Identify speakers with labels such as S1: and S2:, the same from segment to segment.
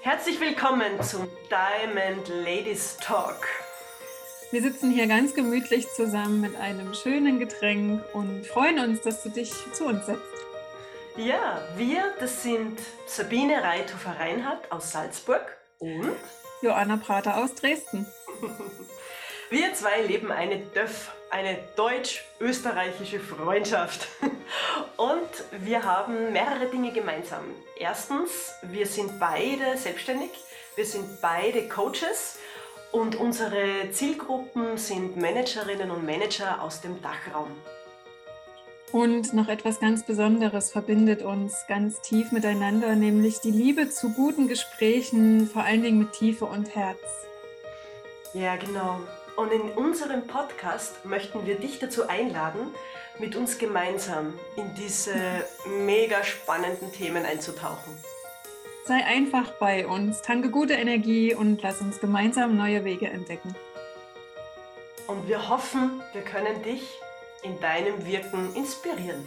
S1: Herzlich willkommen zum Diamond Ladies Talk.
S2: Wir sitzen hier ganz gemütlich zusammen mit einem schönen Getränk und freuen uns, dass du dich zu uns setzt.
S1: Ja, das sind Sabine Reithofer-Reinhardt aus Salzburg und
S2: Joanna Prater aus Dresden.
S1: Wir zwei leben eine deutsch-österreichische Freundschaft. Und wir haben mehrere Dinge gemeinsam. Erstens, wir sind beide selbstständig, wir sind beide Coaches und unsere Zielgruppen sind Managerinnen und Manager aus dem Dachraum.
S2: Und noch etwas ganz Besonderes verbindet uns ganz tief miteinander, nämlich die Liebe zu guten Gesprächen, vor allen Dingen mit Tiefe und Herz.
S1: Ja, genau. Und in unserem Podcast möchten wir dich dazu einladen, mit uns gemeinsam in diese mega spannenden Themen einzutauchen.
S2: Sei einfach bei uns, tanke gute Energie und lass uns gemeinsam neue Wege entdecken.
S1: Und wir hoffen, wir können dich in deinem Wirken inspirieren.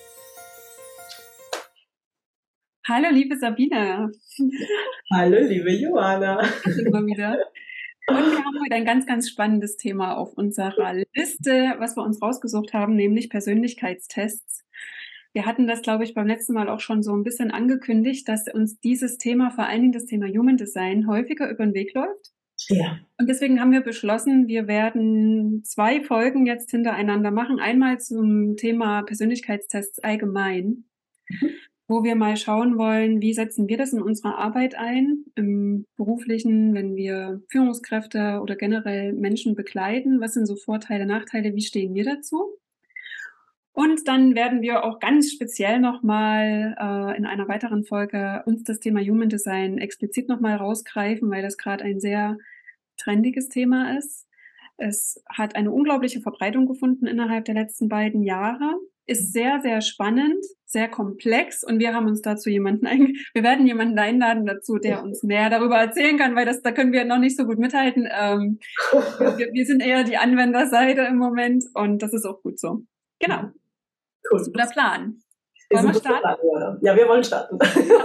S2: Hallo liebe Sabine.
S1: Hallo liebe Joanna.
S2: Immer wieder. Und wir haben heute ein ganz, ganz spannendes Thema auf unserer Liste, was wir uns rausgesucht haben, nämlich Persönlichkeitstests. Wir hatten das, glaube ich, beim letzten Mal auch schon so ein bisschen angekündigt, dass uns dieses Thema, vor allen Dingen das Thema Human Design, häufiger über den Weg läuft.
S1: Ja.
S2: Und deswegen haben wir beschlossen, wir werden 2 Folgen jetzt hintereinander machen. Einmal zum Thema Persönlichkeitstests allgemein, wo wir mal schauen wollen, wie setzen wir das in unserer Arbeit ein, im Beruflichen, wenn wir Führungskräfte oder generell Menschen begleiten. Was sind so Vorteile, Nachteile, wie stehen wir dazu? Und dann werden wir auch ganz speziell nochmal in einer weiteren Folge uns das Thema Human Design explizit nochmal rausgreifen, weil das gerade ein sehr trendiges Thema ist. Es hat eine unglaubliche Verbreitung gefunden innerhalb der letzten beiden Jahre, ist sehr, sehr spannend, sehr komplex und wir haben uns dazu wir werden jemanden einladen dazu, der uns mehr darüber erzählen kann, weil da können wir noch nicht so gut mithalten. Wir sind eher die Anwenderseite im Moment und das ist auch gut so. Genau.
S1: Cool.
S2: Das ist der Plan. Wollen wir starten?
S1: Ja, wir wollen starten.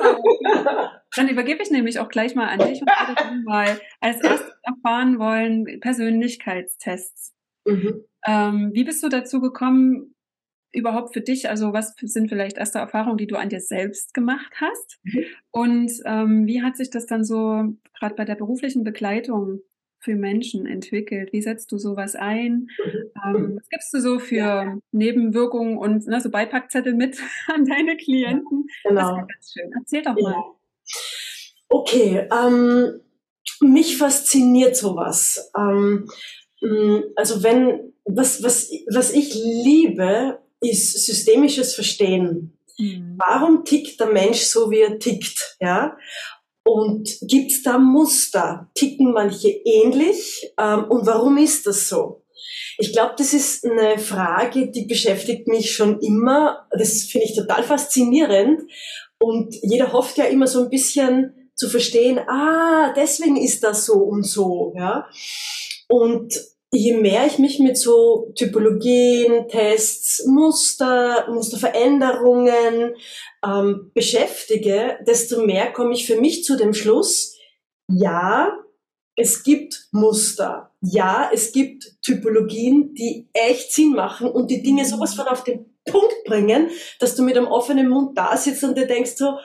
S2: Dann übergebe ich nämlich auch gleich mal an dich und würde mal als erstes erfahren wollen, Persönlichkeitstests. Wie bist du dazu gekommen, überhaupt für dich, also was sind vielleicht erste Erfahrungen, die du an dir selbst gemacht hast? Und wie hat sich das dann so gerade bei der beruflichen Begleitung für Menschen entwickelt? Wie setzt du sowas ein? Was gibst du so für Nebenwirkungen und so Beipackzettel mit an deine Klienten?
S1: Ja, genau.
S2: Das wäre ganz schön. Erzähl doch mal.
S1: Okay, mich fasziniert sowas. Also was ich liebe, ist systemisches Verstehen. Warum tickt der Mensch so, wie er tickt? Ja? Und gibt es da Muster? Ticken manche ähnlich? Und warum ist das so? Ich glaube, das ist eine Frage, die beschäftigt mich schon immer. Das finde ich total faszinierend. Und jeder hofft ja immer so ein bisschen zu verstehen, deswegen ist das so und so. Ja? Und je mehr ich mich mit so Typologien, Tests, Musterveränderungen beschäftige, desto mehr komme ich für mich zu dem Schluss, ja, es gibt Muster. Ja, es gibt Typologien, die echt Sinn machen und die Dinge sowas von auf den Punkt bringen, dass du mit einem offenen Mund da sitzt und dir denkst so,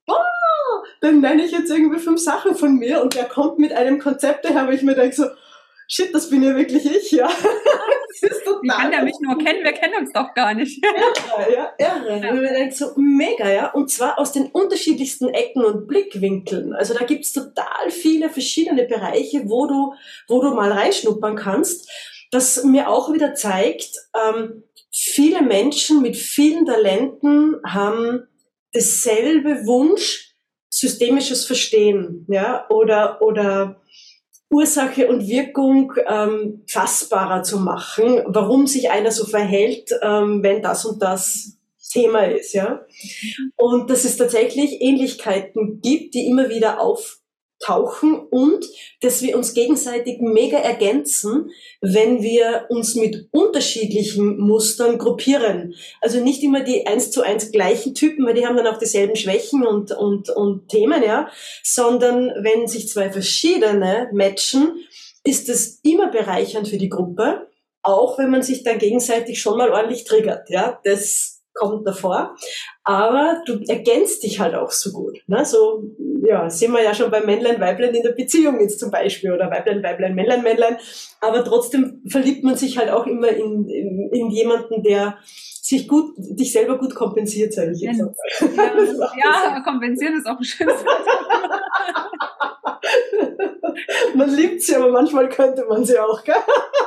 S1: dann nenne ich jetzt irgendwie 5 Sachen von mir und der kommt mit einem Konzept daher, wo ich mir denke so, shit, das bin ja wirklich ich, ja.
S2: Das ist total. Wie kann der mich nur kennen? Wir kennen uns doch gar nicht.
S1: Irre, ja, irre. Ja. Und ich denke so, mega, ja. Und zwar aus den unterschiedlichsten Ecken und Blickwinkeln. Also da gibt's total viele verschiedene Bereiche, wo du mal reinschnuppern kannst. Das mir auch wieder zeigt, viele Menschen mit vielen Talenten haben dasselbe Wunsch, systemisches Verstehen, ja, oder Ursache und Wirkung fassbarer zu machen, warum sich einer so verhält, wenn das und das Thema ist, ja. Und dass es tatsächlich Ähnlichkeiten gibt, die immer wieder tauchen und dass wir uns gegenseitig mega ergänzen, wenn wir uns mit unterschiedlichen Mustern gruppieren. Also nicht immer die 1:1 gleichen Typen, weil die haben dann auch dieselben Schwächen und Themen, ja, sondern wenn sich zwei verschiedene matchen, ist es immer bereichernd für die Gruppe, auch wenn man sich dann gegenseitig schon mal ordentlich triggert, ja, das kommt davor, aber du ergänzt dich halt auch so gut, ne? So, ja, sehen wir ja schon bei Männlein, Weiblein in der Beziehung jetzt zum Beispiel oder Weiblein, Weiblein, Männlein, Männlein, aber trotzdem verliebt man sich halt auch immer in jemanden, der dich selber gut kompensiert, sage ich jetzt.
S2: Ja, kompensieren ist auch ein schönes Wort.
S1: Man liebt sie, aber manchmal könnte man sie auch, gell?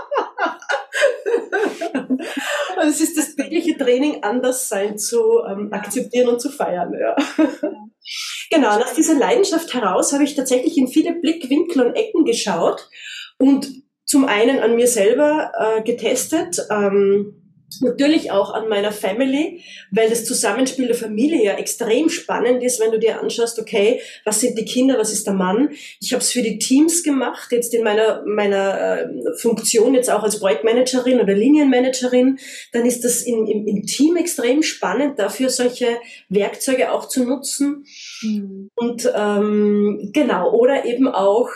S1: Also es ist das tägliche Training, Anderssein zu akzeptieren und zu feiern. Ja. Genau, und aus dieser Leidenschaft heraus habe ich tatsächlich in viele Blickwinkel und Ecken geschaut und zum einen an mir selber getestet, natürlich auch an meiner Family, weil das Zusammenspiel der Familie ja extrem spannend ist, wenn du dir anschaust, okay, was sind die Kinder, was ist der Mann? Ich habe es für die Teams gemacht, jetzt in meiner Funktion jetzt auch als Projektmanagerin oder Linienmanagerin, dann ist das im Team extrem spannend, dafür solche Werkzeuge auch zu nutzen. Und genau, oder eben auch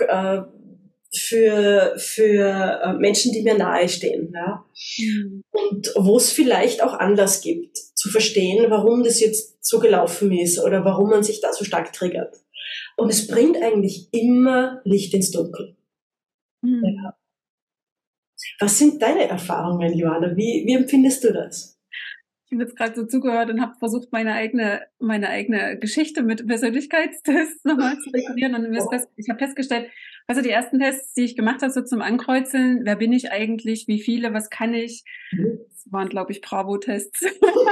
S1: für Menschen, die mir nahestehen. Ja. Und wo es vielleicht auch Anlass gibt, zu verstehen, warum das jetzt so gelaufen ist oder warum man sich da so stark triggert. Und es bringt eigentlich immer Licht ins Dunkel. Ja. Was sind deine Erfahrungen, Johanna? Wie empfindest du das?
S2: Ich habe jetzt gerade so zugehört und habe versucht, meine eigene Geschichte mit Persönlichkeitstests nochmal zu rekurieren. Und ich habe festgestellt, also die ersten Tests, die ich gemacht habe, so zum Ankreuzeln, wer bin ich eigentlich, wie viele, was kann ich? Das waren, glaube ich, Bravo-Tests.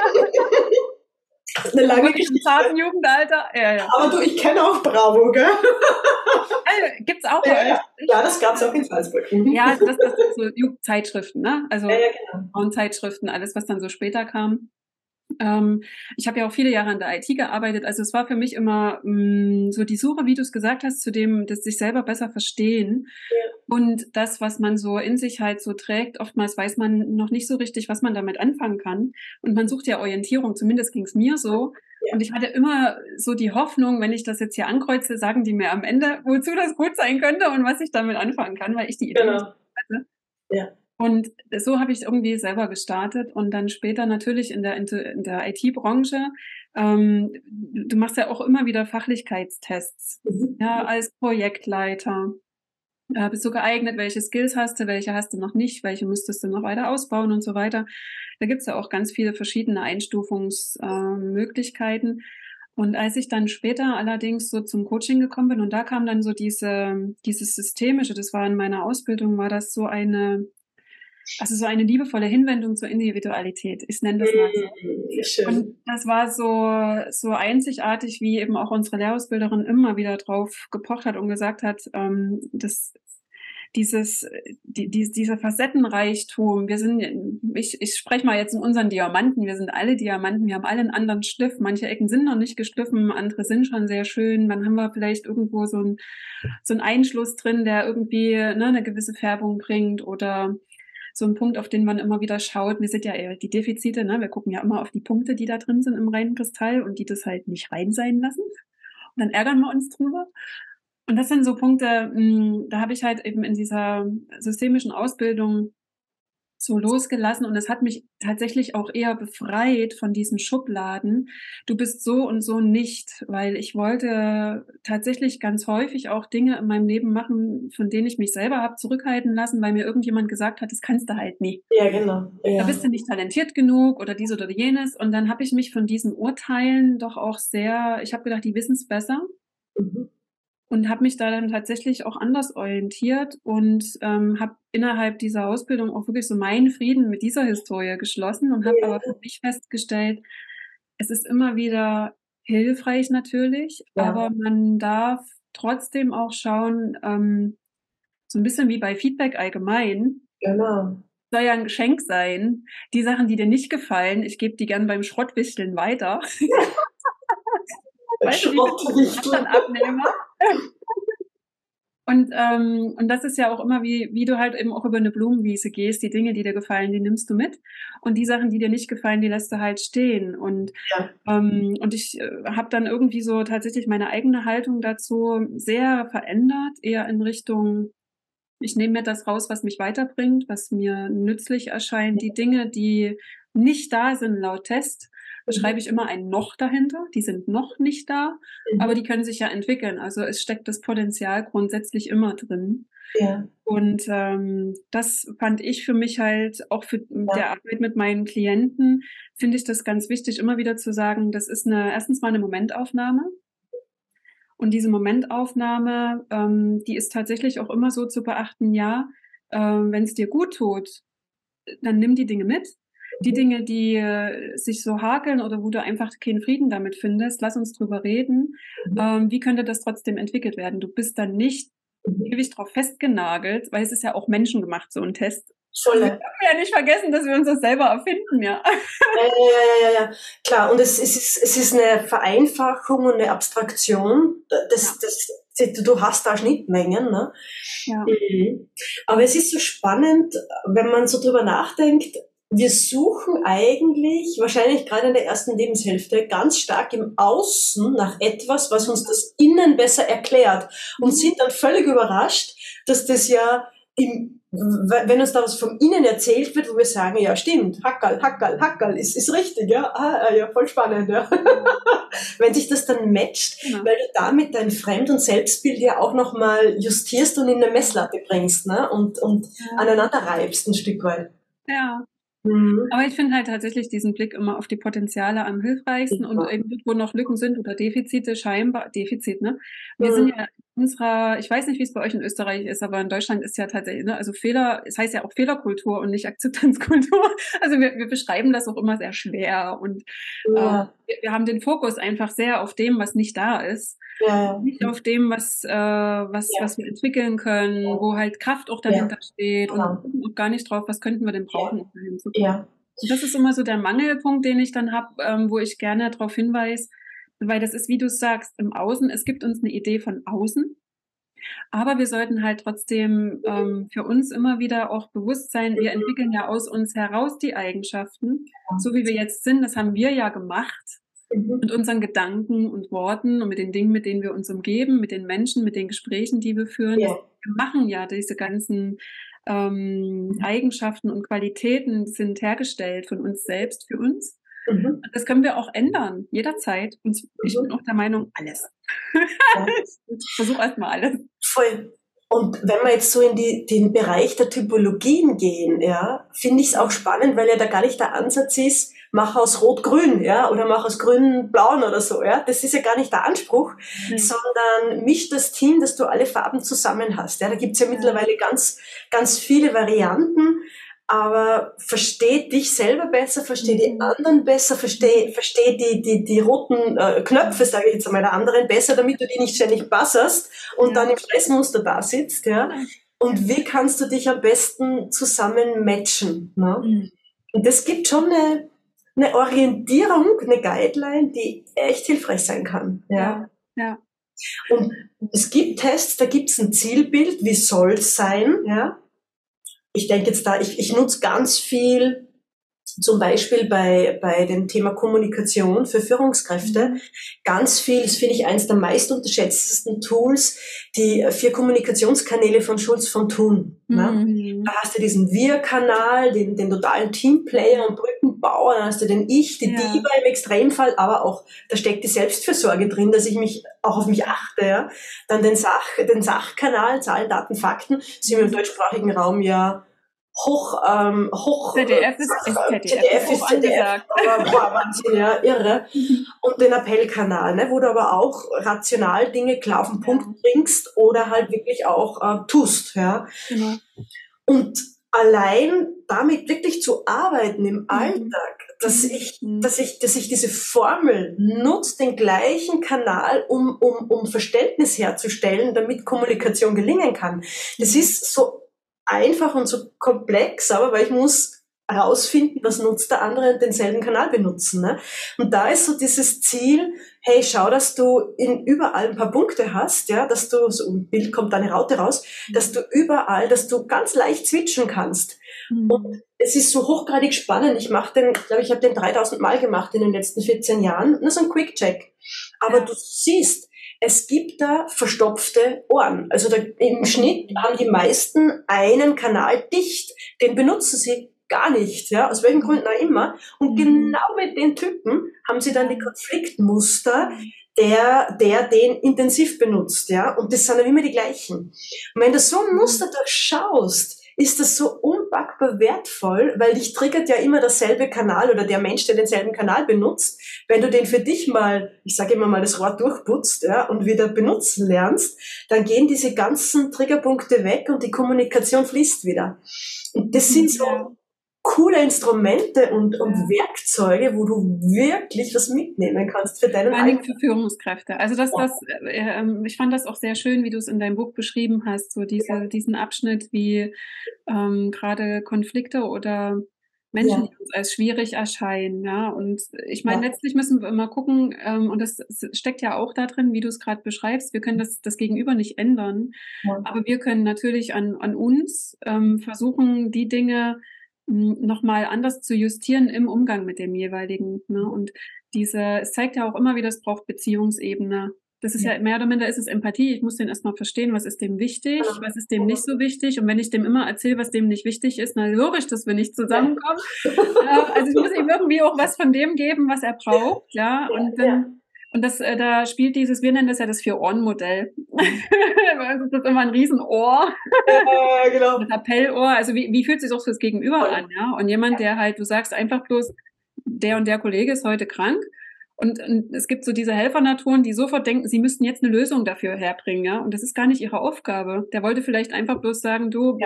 S1: Eine lange Geschichte.
S2: Im zarten Jugendalter. Ja.
S1: Aber du, ich kenne auch Bravo, gell?
S2: Gibt's auch.
S1: Ja, das gab's auch in Salzburg.
S2: Ja, das sind so Jugendzeitschriften, ne? Also
S1: genau.
S2: Frauenzeitschriften, alles, was dann so später kam. Ich habe ja auch viele Jahre in der IT gearbeitet, also es war für mich immer so die Suche, wie du es gesagt hast, zu dem, das sich selber besser verstehen.
S1: Ja.
S2: Und das, was man so in sich halt so trägt, oftmals weiß man noch nicht so richtig, was man damit anfangen kann. Und man sucht ja Orientierung, zumindest ging es mir so. Ja. Und ich hatte immer so die Hoffnung, wenn ich das jetzt hier ankreuze, sagen die mir am Ende, wozu das gut sein könnte und was ich damit anfangen kann, weil ich die Idee nicht hatte. Ja. Und so habe ich irgendwie selber gestartet und dann später natürlich in der IT-Branche. Du machst ja auch immer wieder Fachlichkeitstests, ja, als Projektleiter. Bist du geeignet, welche Skills hast du, welche hast du noch nicht, welche müsstest du noch weiter ausbauen und so weiter. Da gibt's ja auch ganz viele verschiedene Einstufungsmöglichkeiten. Und als ich dann später allerdings so zum Coaching gekommen bin und da kam dann so dieses Systemische, das war in meiner Ausbildung, war das so eine liebevolle Hinwendung zur Individualität. Ich nenne das mal so.
S1: Schön.
S2: Und das war so einzigartig, wie eben auch unsere Lehrausbilderin immer wieder drauf gepocht hat und gesagt hat, dieser Facettenreichtum, ich spreche mal jetzt in unseren Diamanten, wir sind alle Diamanten, wir haben alle einen anderen Schliff, manche Ecken sind noch nicht geschliffen, andere sind schon sehr schön, dann haben wir vielleicht irgendwo so einen Einschluss drin, der irgendwie eine gewisse Färbung bringt oder so ein Punkt, auf den man immer wieder schaut. Wir sind ja eher die Defizite, ne? Wir gucken ja immer auf die Punkte, die da drin sind im reinen Kristall und die das halt nicht rein sein lassen. Und dann ärgern wir uns drüber. Und das sind so Punkte, da habe ich halt eben in dieser systemischen Ausbildung so losgelassen und es hat mich tatsächlich auch eher befreit von diesen Schubladen. Du bist so und so nicht, weil ich wollte tatsächlich ganz häufig auch Dinge in meinem Leben machen, von denen ich mich selber habe zurückhalten lassen, weil mir irgendjemand gesagt hat, das kannst du halt nie.
S1: Ja, genau. Ja.
S2: Da bist du nicht talentiert genug oder dies oder jenes. Und dann habe ich mich von diesen Urteilen doch auch ich habe gedacht, die wissen es besser. Und habe mich da dann tatsächlich auch anders orientiert und habe innerhalb dieser Ausbildung auch wirklich so meinen Frieden mit dieser Historie geschlossen und habe aber für mich festgestellt, es ist immer wieder hilfreich natürlich, aber man darf trotzdem auch schauen, so ein bisschen wie bei Feedback allgemein.
S1: Genau.
S2: Soll ja ein Geschenk sein. Die Sachen, die dir nicht gefallen, ich gebe die gern beim Schrottwichteln weiter. Weißt du, die Abnehmer. Und das ist ja auch immer, wie du halt eben auch über eine Blumenwiese gehst. Die Dinge, die dir gefallen, die nimmst du mit. Und die Sachen, die dir nicht gefallen, die lässt du halt stehen.
S1: Ja.
S2: Und ich habe dann irgendwie so tatsächlich meine eigene Haltung dazu sehr verändert, eher in Richtung, ich nehme mir das raus, was mich weiterbringt, was mir nützlich erscheint. Die Dinge, die nicht da sind laut Test, da schreibe ich immer ein Noch dahinter. Die sind noch nicht da, aber die können sich ja entwickeln. Also es steckt das Potenzial grundsätzlich immer drin.
S1: Ja.
S2: Und das fand ich für mich halt auch für
S1: Ja.
S2: der Arbeit mit meinen Klienten, finde ich das ganz wichtig, immer wieder zu sagen, das ist erstens mal eine Momentaufnahme. Und diese Momentaufnahme, die ist tatsächlich auch immer so zu beachten, ja, wenn es dir gut tut, dann nimm die Dinge mit. Die Dinge, die sich so hakeln oder wo du einfach keinen Frieden damit findest, lass uns drüber reden. Wie könnte das trotzdem entwickelt werden? Du bist dann nicht ewig drauf festgenagelt, weil es ist ja auch menschengemacht, so ein Test.
S1: Voll.
S2: Wir dürfen ja nicht vergessen, dass wir uns das selber erfinden, ja.
S1: Ja. Klar, und es ist eine Vereinfachung und eine Abstraktion. Du hast da Schnittmengen, ne?
S2: Ja.
S1: Aber es ist so spannend, wenn man so drüber nachdenkt, wir suchen eigentlich, wahrscheinlich gerade in der ersten Lebenshälfte, ganz stark im Außen nach etwas, was uns das Innen besser erklärt und sind dann völlig überrascht, dass das ja wenn uns da was vom Innen erzählt wird, wo wir sagen, ja stimmt, Hackerl, ist richtig, ja, ja, voll spannend, ja. Wenn sich das dann matcht, weil du damit dein Fremd- und Selbstbild ja auch nochmal justierst und in eine Messlatte bringst, ne, und aneinander reibst ein Stück weit.
S2: Ja. Aber ich finde halt tatsächlich diesen Blick immer auf die Potenziale am hilfreichsten und irgendwie, wo noch Lücken sind oder Defizite, scheinbar, ne? Wir sind ja ich weiß nicht, wie es bei euch in Österreich ist, aber in Deutschland ist ja tatsächlich, ne, also es heißt ja auch Fehlerkultur und nicht Akzeptanzkultur. Also wir beschreiben das auch immer sehr schwer und wir haben den Fokus einfach sehr auf dem, was nicht da ist. Nicht auf dem, was wir entwickeln können, wo halt Kraft auch dahinter steht und auch gar nicht drauf, was könnten wir denn brauchen, um dahin zu kommen. Und das ist immer so der Mangelpunkt, den ich dann habe, wo ich gerne darauf hinweise, weil das ist, wie du sagst, im Außen, es gibt uns eine Idee von außen, aber wir sollten halt trotzdem für uns immer wieder auch bewusst sein, wir entwickeln ja aus uns heraus die Eigenschaften, so wie wir jetzt sind, das haben wir ja gemacht. Mit unseren Gedanken und Worten und mit den Dingen, mit denen wir uns umgeben, mit den Menschen, mit den Gesprächen, die wir führen. Wir machen ja diese ganzen Eigenschaften und Qualitäten sind hergestellt von uns selbst für uns. Das können wir auch ändern, jederzeit. Und ich bin auch der Meinung, alles. Ich versuche erstmal alles.
S1: Voll. Und wenn wir jetzt so in den Bereich der Typologien gehen, ja, finde ich es auch spannend, weil ja da gar nicht der Ansatz ist, mach aus Rot-Grün, ja, oder mach aus Grün-Blauen oder so, ja. Das ist ja gar nicht der Anspruch, sondern misch das Team, dass du alle Farben zusammen hast, ja. Da gibt's ja mittlerweile ganz, ganz viele Varianten, aber versteh dich selber besser, versteh die anderen besser, versteh die roten Knöpfe, sage ich jetzt einmal, der anderen besser, damit du die nicht ständig passerst und dann im Stressmuster da sitzt, ja. Und wie kannst du dich am besten zusammen matchen, ne? Und das gibt schon eine Orientierung, eine Guideline, die echt hilfreich sein kann, ja. Und es gibt Tests, da gibt's ein Zielbild, wie soll's sein, ja. Ich denke jetzt da, ich nutze ganz viel, zum Beispiel bei dem Thema Kommunikation für Führungskräfte, ganz viel, das finde ich eines der meist unterschätztesten Tools, die 4 Kommunikationskanäle von Schulz von Thun. Ne? Da hast du diesen Wir-Kanal, den totalen Teamplayer und Brückenbauer, dann hast du den Ich, die Diva im Extremfall, aber auch, da steckt die Selbstfürsorge drin, dass ich mich auch auf mich achte. Ja? Dann den Sachkanal, Zahlen, Daten, Fakten, sind wir im deutschsprachigen Raum ja
S2: ZDF ist
S1: ZDF, aber boah, Wahnsinn, ja, irre. Und den Appellkanal, ne, wo du aber auch rational Dinge klar auf den Punkt bringst oder halt wirklich auch tust, ja.
S2: Genau.
S1: Und allein damit wirklich zu arbeiten im Alltag, dass ich diese Formel nutze, den gleichen Kanal, um Verständnis herzustellen, damit Kommunikation gelingen kann. Das ist so einfach und so komplex, aber weil ich muss herausfinden, was nutzt der andere und denselben Kanal benutzen. Ne? Und da ist so dieses Ziel, hey, schau, dass du überall ein paar Punkte hast, ja, dass du, so ein Bild kommt eine Raute raus, dass du überall, dass du ganz leicht switchen kannst. Und es ist so hochgradig spannend. Ich glaube, ich habe den 3000 Mal gemacht in den letzten 14 Jahren. Nur so ein Quick-Check. Aber du siehst, es gibt da verstopfte Ohren. Also im Schnitt haben die meisten einen Kanal dicht. Den benutzen sie gar nicht, ja, aus welchen Gründen auch immer. Und genau mit den Typen haben sie dann die Konfliktmuster, der den intensiv benutzt, ja. Und das sind dann immer die gleichen. Und wenn du so ein Muster durchschaust, ist das so unpackbar wertvoll, weil dich triggert ja immer derselbe Kanal oder der Mensch, der denselben Kanal benutzt. Wenn du den für dich mal, ich sage immer mal das Rohr durchputzt, ja, und wieder benutzen lernst, dann gehen diese ganzen Triggerpunkte weg und die Kommunikation fließt wieder. Und das sind so coole Instrumente und Werkzeuge, wo du wirklich was mitnehmen kannst für deinen
S2: Allgemein für Führungskräfte. Also ich fand das auch sehr schön, wie du es in deinem Buch beschrieben hast, so diesen Abschnitt, wie gerade Konflikte oder Menschen, die uns als schwierig erscheinen. Ja, und ich meine, letztlich müssen wir immer gucken, und das steckt ja auch da drin, wie du es gerade beschreibst, wir können das Gegenüber nicht ändern, aber wir können natürlich an uns versuchen, die Dinge nochmal anders zu justieren im Umgang mit dem jeweiligen. Ne? Und es zeigt ja auch immer wieder, es braucht Beziehungsebene. Das ist ja mehr oder minder ist es Empathie. Ich muss den erstmal verstehen, was ist dem wichtig, was ist dem nicht so wichtig. Und wenn ich dem immer erzähle, was dem nicht wichtig ist, dann logisch, dass wir nicht zusammenkommen. Also ich muss ihm irgendwie auch was von dem geben, was er braucht. Ja, und dann da spielt wir nennen das ja das Vier-Ohren-Modell. Das ist immer ein Riesenohr. Ja, genau. Ein Appellohr. Also wie fühlt sich das fürs Gegenüber an? Ja? Und jemand, der halt, du sagst einfach bloß, der und der Kollege ist heute krank. Und es gibt so diese Helfernaturen, die sofort denken, sie müssten jetzt eine Lösung dafür herbringen. Ja? Und das ist gar nicht ihre Aufgabe. Der wollte vielleicht einfach bloß sagen,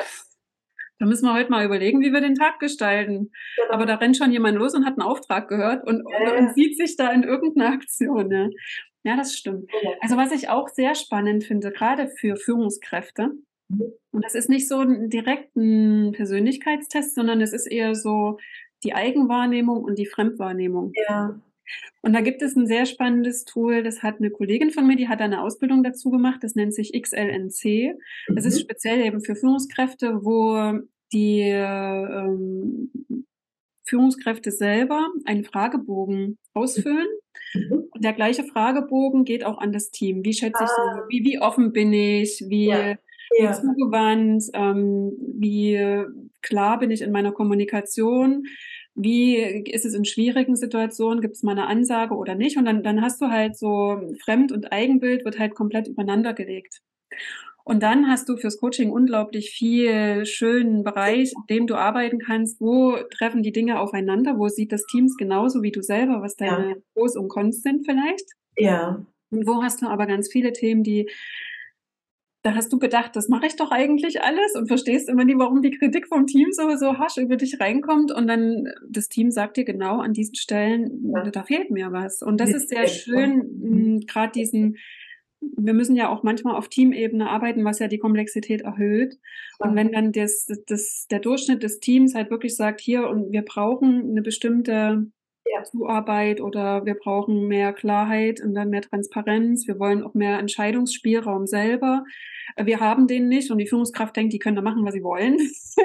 S2: da müssen wir heute mal überlegen, wie wir den Tag gestalten. Genau. Aber da rennt schon jemand los und hat einen Auftrag gehört und sieht sich da in irgendeiner Aktion. Ne? Ja, das stimmt. Also was ich auch sehr spannend finde, gerade für Führungskräfte, und das ist nicht so direkt ein Persönlichkeitstest, sondern es ist eher so die Eigenwahrnehmung und die Fremdwahrnehmung.
S1: Ja.
S2: Und da gibt es ein sehr spannendes Tool, das hat eine Kollegin von mir, die hat eine Ausbildung dazu gemacht, das nennt sich XLNC. Das ist speziell eben für Führungskräfte, wo die Führungskräfte selber einen Fragebogen ausfüllen. Und der gleiche Fragebogen geht auch an das Team. Wie schätze ich so? Wie offen bin ich? Wie zugewandt? Wie klar bin ich in meiner Kommunikation? Wie ist es in schwierigen Situationen? Gibt es mal eine Ansage oder nicht? Und dann hast du halt so Fremd- und Eigenbild wird halt komplett übereinander gelegt. Und dann hast du fürs Coaching unglaublich viel schönen Bereich, in dem du arbeiten kannst. Wo treffen die Dinge aufeinander? Wo sieht das Teams genauso wie du selber, was deine Pros und Cons sind vielleicht?
S1: Ja.
S2: Und wo hast du aber ganz viele Themen, da hast du gedacht, das mache ich doch eigentlich alles und verstehst immer nie, warum die Kritik vom Team so harsch über dich reinkommt. Und dann das Team sagt dir genau an diesen Stellen, da fehlt mir was. Und das ist sehr schön, gerade wir müssen ja auch manchmal auf Teamebene arbeiten, was ja die Komplexität erhöht. Und wenn dann der Durchschnitt des Teams halt wirklich sagt, hier, und wir brauchen eine bestimmte Zuarbeit oder wir brauchen mehr Klarheit und dann mehr Transparenz, wir wollen auch mehr Entscheidungsspielraum selber. Wir haben den nicht und die Führungskraft denkt, die können da machen, was sie wollen.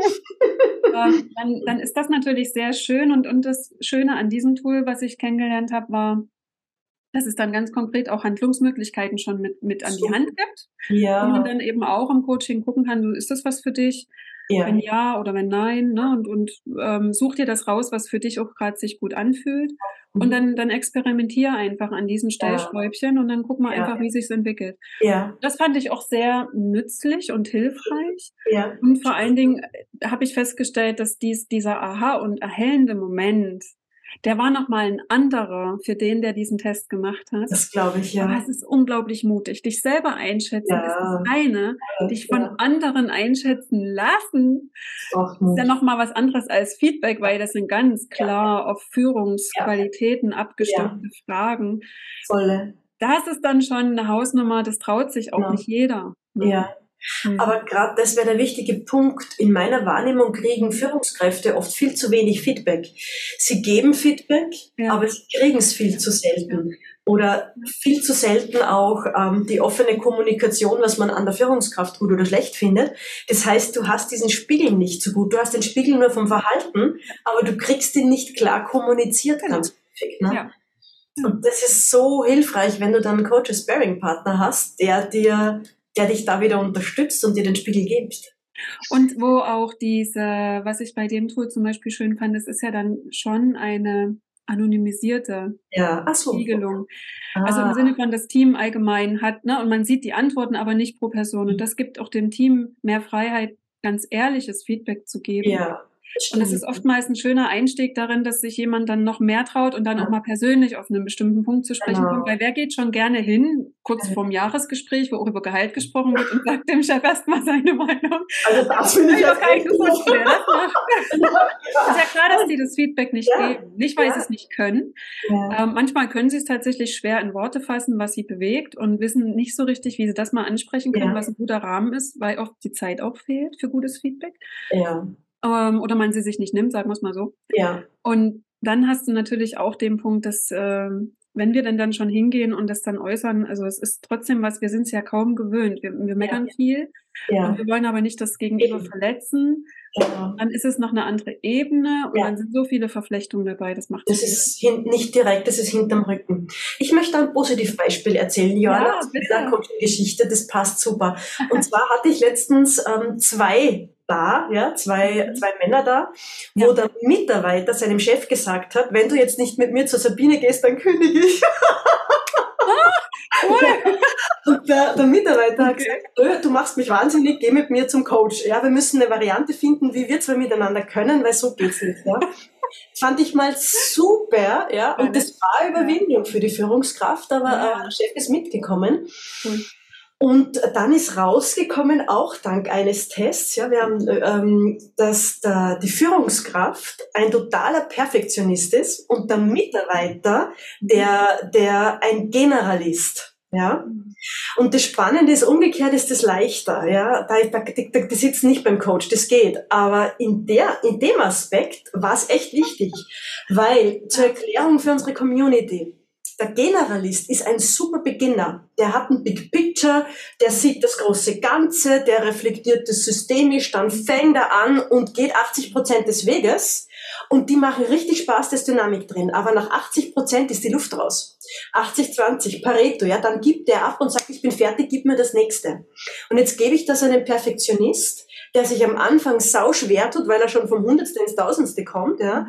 S2: Dann ist das natürlich sehr schön und das Schöne an diesem Tool, was ich kennengelernt habe, war, dass es dann ganz konkret auch Handlungsmöglichkeiten schon mit an die Hand gibt.
S1: Ja.
S2: Und man dann eben auch im Coaching gucken kann, ist das was für dich? Ja. Wenn ja oder wenn nein, ne? Und such dir das raus, was für dich auch gerade sich gut anfühlt. Und dann experimentier einfach an diesen Stellschräubchen und dann guck mal einfach, wie sich's entwickelt.
S1: Ja.
S2: Das fand ich auch sehr nützlich und hilfreich.
S1: Ja.
S2: Und vor allen Dingen habe ich festgestellt, dass dieser Aha- und erhellende Moment, der war nochmal ein anderer für den, der diesen Test gemacht hat.
S1: Das glaube ich, ja.
S2: Aber es ist unglaublich mutig. Dich selber einschätzen ist das eine. Dich von anderen einschätzen lassen ist ja nochmal was anderes als Feedback, weil das sind ganz klar auf Führungsqualitäten abgestimmte Fragen.
S1: Volle.
S2: Das ist dann schon eine Hausnummer, das traut sich auch nicht jeder.
S1: Ne? Ja. Aber gerade das wäre der wichtige Punkt. In meiner Wahrnehmung kriegen Führungskräfte oft viel zu wenig Feedback. Sie geben Feedback, aber sie kriegen es viel zu selten. Oder viel zu selten auch die offene Kommunikation, was man an der Führungskraft gut oder schlecht findet. Das heißt, du hast diesen Spiegel nicht so gut. Du hast den Spiegel nur vom Verhalten, aber du kriegst ihn nicht klar kommuniziert ganz häufig. Ne? Ja. Und das ist so hilfreich, wenn du dann einen Coach-Sparring-Partner hast, der dich da wieder unterstützt und dir den Spiegel gibt.
S2: Und wo auch was ich bei dem Tool zum Beispiel schön fand, das ist ja dann schon eine anonymisierte Spiegelung. Also im Sinne von, das Team allgemein hat, ne, und man sieht die Antworten aber nicht pro Person. Und das gibt auch dem Team mehr Freiheit, ganz ehrliches Feedback zu geben.
S1: Ja.
S2: Und es ist oftmals ein schöner Einstieg darin, dass sich jemand dann noch mehr traut und dann auch mal persönlich auf einen bestimmten Punkt zu sprechen kommt. Weil wer geht schon gerne hin, kurz vorm Jahresgespräch, wo auch über Gehalt gesprochen wird, und sagt dem Chef erstmal seine Meinung.
S1: Also das finde ich ja kein
S2: Grund, der das macht. Es ist ja klar, dass die das Feedback nicht geben. Nicht, weil sie es nicht können. Manchmal können sie es tatsächlich schwer in Worte fassen, was sie bewegt, und wissen nicht so richtig, wie sie das mal ansprechen können, was ein guter Rahmen ist, weil oft die Zeit auch fehlt für gutes Feedback.
S1: Ja.
S2: Oder man sie sich nicht nimmt, sagen wir es mal so.
S1: Ja.
S2: Und dann hast du natürlich auch den Punkt, dass wenn wir dann schon hingehen und das dann äußern, also es ist trotzdem was, wir sind es ja kaum gewöhnt. Wir meckern viel und wir wollen aber nicht das Gegenüber verletzen. Dann ist es noch eine andere Ebene und dann sind so viele Verflechtungen dabei, das macht
S1: das ist nicht direkt, das ist hinterm Rücken. Ich möchte ein Positivbeispiel erzählen. Joanna, Geschichte, das passt super. Und zwar hatte ich letztens zwei Männer da, wo der Mitarbeiter seinem Chef gesagt hat, wenn du jetzt nicht mit mir zur Sabine gehst, dann kündige ich. Und der Mitarbeiter hat gesagt, du machst mich wahnsinnig, geh mit mir zum Coach. Ja, wir müssen eine Variante finden, wie wir zwei miteinander können, weil so geht's nicht. Ja. Fand ich mal super, ja, und das war Überwindung für die Führungskraft, aber der Chef ist mitgekommen. Und dann ist rausgekommen, auch dank eines Tests, ja, wir haben, dass die Führungskraft ein totaler Perfektionist ist und der Mitarbeiter, der ein Generalist. Ja. Und das Spannende ist, umgekehrt ist das leichter, ja. Die sitzen nicht beim Coach, das geht. Aber in dem Aspekt war es echt wichtig, weil zur Erklärung für unsere Community, der Generalist ist ein super Beginner. Der hat ein Big Picture, der sieht das große Ganze, der reflektiert das systemisch, dann fängt er an und geht 80% des Weges. Und die machen richtig Spaß, da ist Dynamik drin. Aber nach 80% ist die Luft raus. 80-20, Pareto, ja, dann gibt der ab und sagt, ich bin fertig, gib mir das nächste. Und jetzt gebe ich das einem Perfektionist, der sich am Anfang sau schwer tut, weil er schon vom Hundertste ins Tausendste kommt, ja,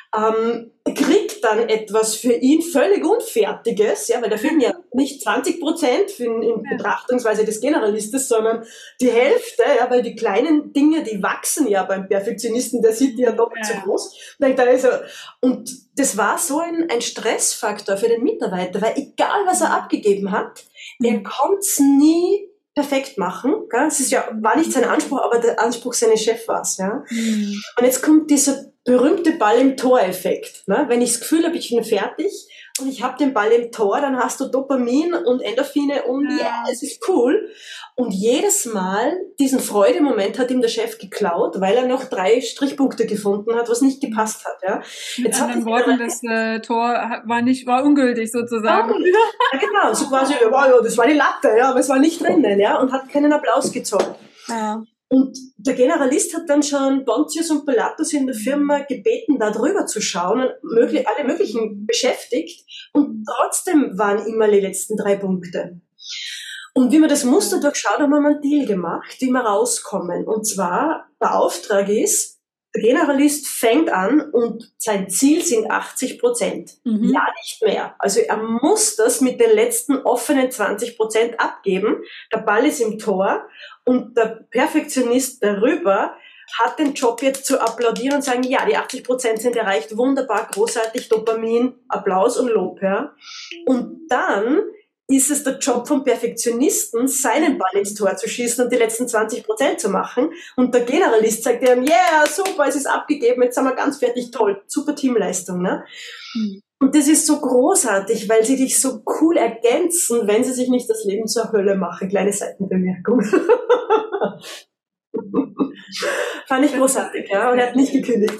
S1: kriegt dann etwas für ihn völlig Unfertiges, ja, weil da fehlen ja nicht 20% in Betrachtungsweise des Generalistes, sondern die Hälfte, ja, weil die kleinen Dinge, die wachsen ja beim Perfektionisten, der sieht die ja doppelt so groß. Und das war so ein Stressfaktor für den Mitarbeiter, weil egal was er abgegeben hat, er konnte es nie perfekt machen. Gell? Es war nicht sein Anspruch, aber der Anspruch seines Chefs war es. Ja? Und jetzt kommt dieser berühmte Ball im Tor-Effekt. Ne? Wenn ich das Gefühl habe, ich bin fertig und ich habe den Ball im Tor, dann hast du Dopamin und Endorphine und es ist cool. Und jedes Mal diesen Freudemoment hat ihm der Chef geklaut, weil er noch 3 Strichpunkte gefunden hat, was nicht gepasst hat. Ja.
S2: Mit anderen Worten, das Tor war ungültig sozusagen.
S1: Ja, genau, so quasi, das war die Latte, ja, aber es war nicht drinnen, ja, und hat keinen Applaus gezollt.
S2: Ja.
S1: Und der Generalist hat dann schon Pontius und Pilatus in der Firma gebeten, da drüber zu schauen und alle möglichen beschäftigt. Und trotzdem waren immer die letzten 3 Punkte. Und wie man das Muster durchschaut, haben wir einen Deal gemacht, wie wir rauskommen. Und zwar, der Auftrag ist, der Generalist fängt an und sein Ziel sind 80%. Ja, nicht mehr. Also er muss das mit den letzten offenen 20% abgeben. Der Ball ist im Tor und der Perfektionist darüber hat den Job jetzt zu applaudieren und sagen, ja, die 80% sind erreicht, wunderbar, großartig, Dopamin, Applaus und Lob. Ja. Und dann ist es der Job vom Perfektionisten, seinen Ball ins Tor zu schießen und die letzten 20% zu machen. Und der Generalist sagt ihm, yeah, super, es ist abgegeben, jetzt sind wir ganz fertig, toll, super Teamleistung. Ne? Und das ist so großartig, weil sie dich so cool ergänzen, wenn sie sich nicht das Leben zur Hölle machen. Kleine Seitenbemerkung. Fand ich großartig, ja, und er hat nicht gekündigt.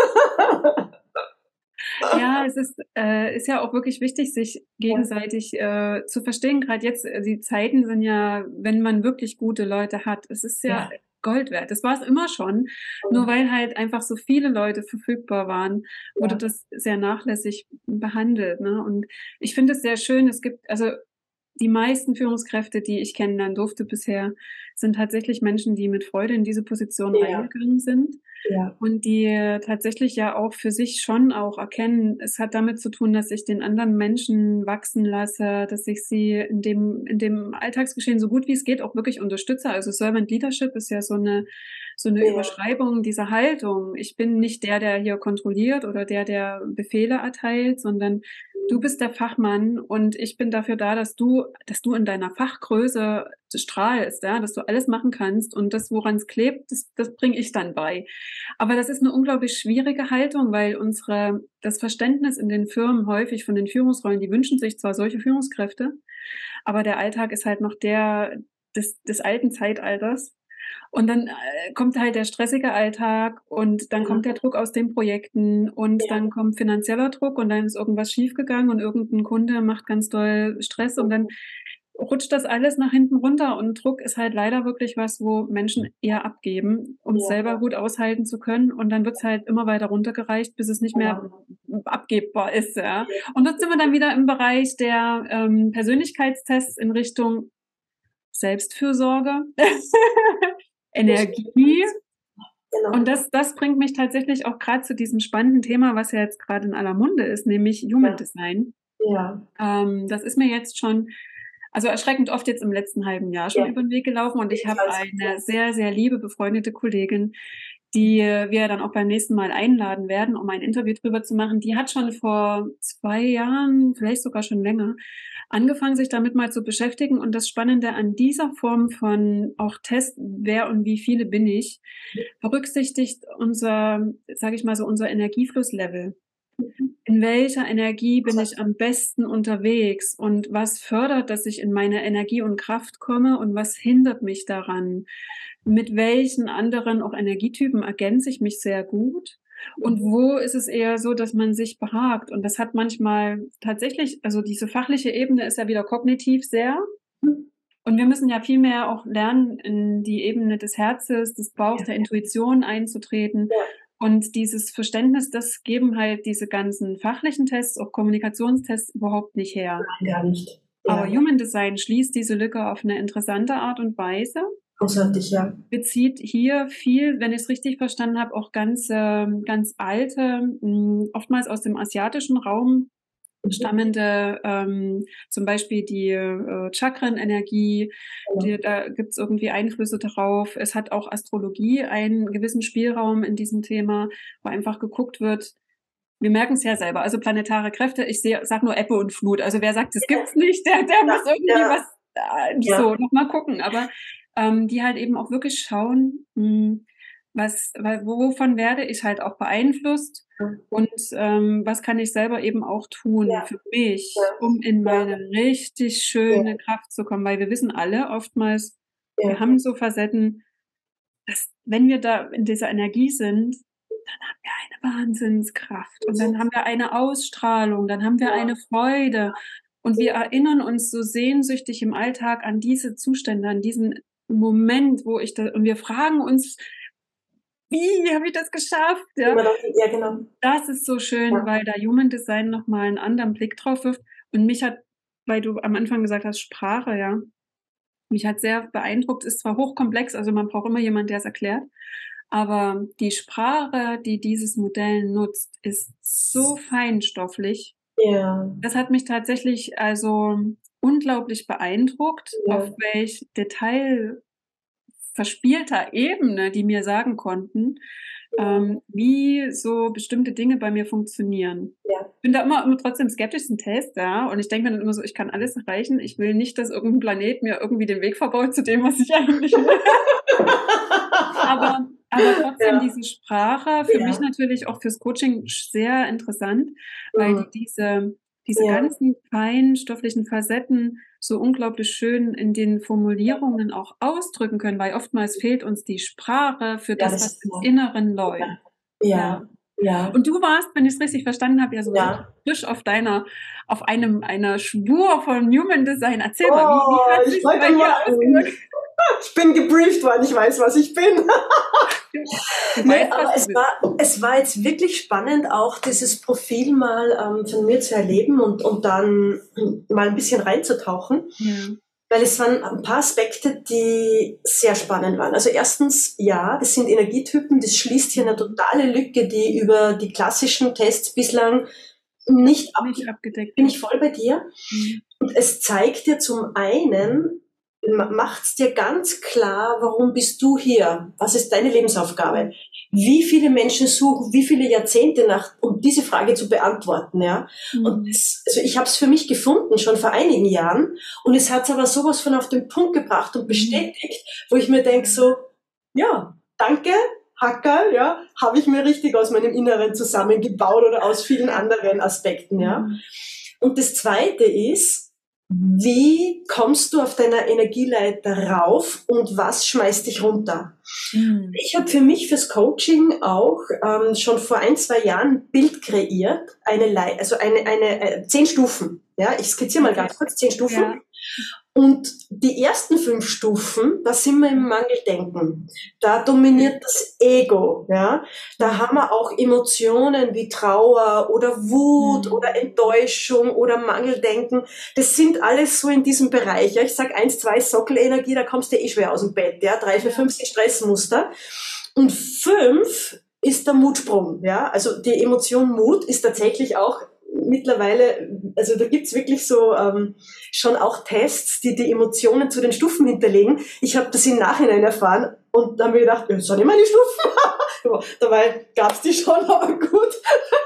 S2: Ja, es ist ja auch wirklich wichtig, sich gegenseitig zu verstehen. Gerade jetzt, die Zeiten sind ja, wenn man wirklich gute Leute hat, es ist ja Gold wert. Das war es immer schon. Nur weil halt einfach so viele Leute verfügbar waren, wurde das sehr nachlässig behandelt. Ne? Und ich finde es sehr schön. Es gibt, also die meisten Führungskräfte, die ich kennenlernen durfte bisher, sind tatsächlich Menschen, die mit Freude in diese Position reingegangen sind.
S1: Ja.
S2: Und die tatsächlich ja auch für sich schon auch erkennen, es hat damit zu tun, dass ich den anderen Menschen wachsen lasse, dass ich sie in dem Alltagsgeschehen so gut wie es geht auch wirklich unterstütze. Also Servant Leadership ist ja so eine Überschreibung dieser Haltung. Ich bin nicht der hier kontrolliert oder der Befehle erteilt, sondern du bist der Fachmann und ich bin dafür da, dass du in deiner Fachgröße strahlst, ja, dass du alles machen kannst und das, woran es klebt, das bringe ich dann bei. Aber das ist eine unglaublich schwierige Haltung, weil das Verständnis in den Firmen häufig von den Führungsrollen, die wünschen sich zwar solche Führungskräfte, aber der Alltag ist halt noch der des alten Zeitalters. Und dann kommt halt der stressige Alltag und dann kommt der Druck aus den Projekten und dann kommt finanzieller Druck und dann ist irgendwas schiefgegangen und irgendein Kunde macht ganz doll Stress und dann rutscht das alles nach hinten runter und Druck ist halt leider wirklich was, wo Menschen eher abgeben, um es selber gut aushalten zu können und dann wird es halt immer weiter runtergereicht, bis es nicht mehr abgebbar ist. Ja. Und dort sind wir dann wieder im Bereich der Persönlichkeitstests in Richtung Selbstfürsorge, Energie. Genau. Und das bringt mich tatsächlich auch gerade zu diesem spannenden Thema, was ja jetzt gerade in aller Munde ist, nämlich Human Design.
S1: Ja.
S2: Das ist mir jetzt schon, also erschreckend oft jetzt im letzten halben Jahr schon über den Weg gelaufen und ich habe eine sehr, sehr liebe, befreundete Kollegin, die wir dann auch beim nächsten Mal einladen werden, um ein Interview drüber zu machen. Die hat schon vor 2 Jahren, vielleicht sogar schon länger, angefangen, sich damit mal zu beschäftigen. Und das Spannende an dieser Form von auch Test, wer und wie viele bin ich, berücksichtigt unser, sage ich mal so, unser Energieflusslevel. In welcher Energie bin ich am besten unterwegs und was fördert, dass ich in meine Energie und Kraft komme und was hindert mich daran? Mit welchen anderen auch Energietypen ergänze ich mich sehr gut? Und wo ist es eher so, dass man sich behagt? Und das hat manchmal tatsächlich, also diese fachliche Ebene ist ja wieder kognitiv sehr. Und wir müssen ja viel mehr auch lernen, in die Ebene des Herzens, des Bauchs, der Intuition einzutreten. Und dieses Verständnis, das geben halt diese ganzen fachlichen Tests, auch Kommunikationstests überhaupt nicht her.
S1: Nein, gar nicht.
S2: Aber Human Design schließt diese Lücke auf eine interessante Art und Weise.
S1: Großartig, ja.
S2: Bezieht hier viel, wenn ich es richtig verstanden habe, auch ganz alte, oftmals aus dem asiatischen Raum stammende, zum Beispiel die Chakrenenergie, da gibt es irgendwie Einflüsse darauf. Es hat auch Astrologie einen gewissen Spielraum in diesem Thema, wo einfach geguckt wird, wir merken es ja selber, also planetare Kräfte, sag nur Ebbe und Flut, also wer sagt, das gibt's nicht, der muss irgendwie so nochmal gucken, aber die halt eben auch wirklich schauen, wovon werde ich halt auch beeinflusst und was kann ich selber eben auch tun für mich, um in meine richtig schöne Kraft zu kommen, weil wir wissen alle oftmals, wir haben so Facetten, dass wenn wir da in dieser Energie sind, dann haben wir eine Wahnsinnskraft und dann haben wir eine Ausstrahlung, dann haben wir eine Freude und wir erinnern uns so sehnsüchtig im Alltag an diese Zustände, an diesen Moment, und wir fragen uns, wie habe ich das geschafft? Ja,
S1: genau.
S2: Das ist so schön, weil da Human Design nochmal einen anderen Blick drauf wirft. Und mich hat, weil du am Anfang gesagt hast, Sprache, ja, mich hat sehr beeindruckt, ist zwar hochkomplex, also man braucht immer jemanden, der es erklärt, aber die Sprache, die dieses Modell nutzt, ist so feinstofflich.
S1: Ja.
S2: Das hat mich tatsächlich also unglaublich beeindruckt, auf welch verspielter Ebene, die mir sagen konnten, wie so bestimmte Dinge bei mir funktionieren.
S1: Ja.
S2: Ich bin da immer trotzdem skeptisch ein Test, ja, und ich denke mir dann immer so, ich kann alles erreichen. Ich will nicht, dass irgendein Planet mir irgendwie den Weg verbaut zu dem, was ich eigentlich will. aber trotzdem diese Sprache, für mich natürlich auch fürs Coaching sehr interessant, weil die diese ganzen feinstofflichen Facetten so unglaublich schön in den Formulierungen auch ausdrücken können, weil oftmals fehlt uns die Sprache für das, was im Inneren läuft.
S1: Ja.
S2: Und du warst, wenn ich es richtig verstanden habe, ja so frisch auf einer Spur von Human Design. Erzähl mal, wie hat sich bei dir ausgewirkt?
S1: Ich bin gebrieft worden, ich weiß, was ich bin. Aber es war jetzt wirklich spannend, auch dieses Profil mal von mir zu erleben und dann mal ein bisschen reinzutauchen. Ja. Weil es waren ein paar Aspekte, die sehr spannend waren. Also erstens, das sind Energietypen, das schließt hier eine totale Lücke, die über die klassischen Tests bislang nicht abgedeckt. Bin ich voll bei dir. Mhm. Und es zeigt dir zum einen, macht es dir ganz klar, warum bist du hier? Was ist deine Lebensaufgabe? Wie viele Menschen suchen, wie viele Jahrzehnte um diese Frage zu beantworten, ja? Mhm. Und also ich habe es für mich gefunden, schon vor einigen Jahren, und es hat es aber sowas von auf den Punkt gebracht und bestätigt, wo ich mir denke so, ja, danke, Hackerl, ja, habe ich mir richtig aus meinem Inneren zusammengebaut oder aus vielen anderen Aspekten, ja. Mhm. Und das Zweite ist, wie kommst du auf deiner Energieleiter rauf und was schmeißt dich runter? Mhm. Ich habe für mich fürs Coaching auch schon vor 1-2 Jahren ein Bild kreiert, eine 10 Stufen. Ja, ich skizziere mal ganz kurz 10 Stufen. Ja. Und die ersten 5 Stufen, da sind wir im Mangeldenken. Da dominiert das Ego. Ja? Da haben wir auch Emotionen wie Trauer oder Wut oder Enttäuschung oder Mangeldenken. Das sind alles so in diesem Bereich. Ja? Ich sage 1, 2 Sockelenergie, da kommst du schwer aus dem Bett. Ja? 3, 4, 5 sind Stressmuster. Und 5 ist der Mutsprung. Ja? Also die Emotion Mut ist tatsächlich auch mittlerweile, also da gibt's wirklich so schon auch Tests, die Emotionen zu den Stufen hinterlegen. Ich habe das im Nachhinein erfahren und dann habe ich gedacht, das sind immer die Stufen. Dabei gab's die schon, aber gut.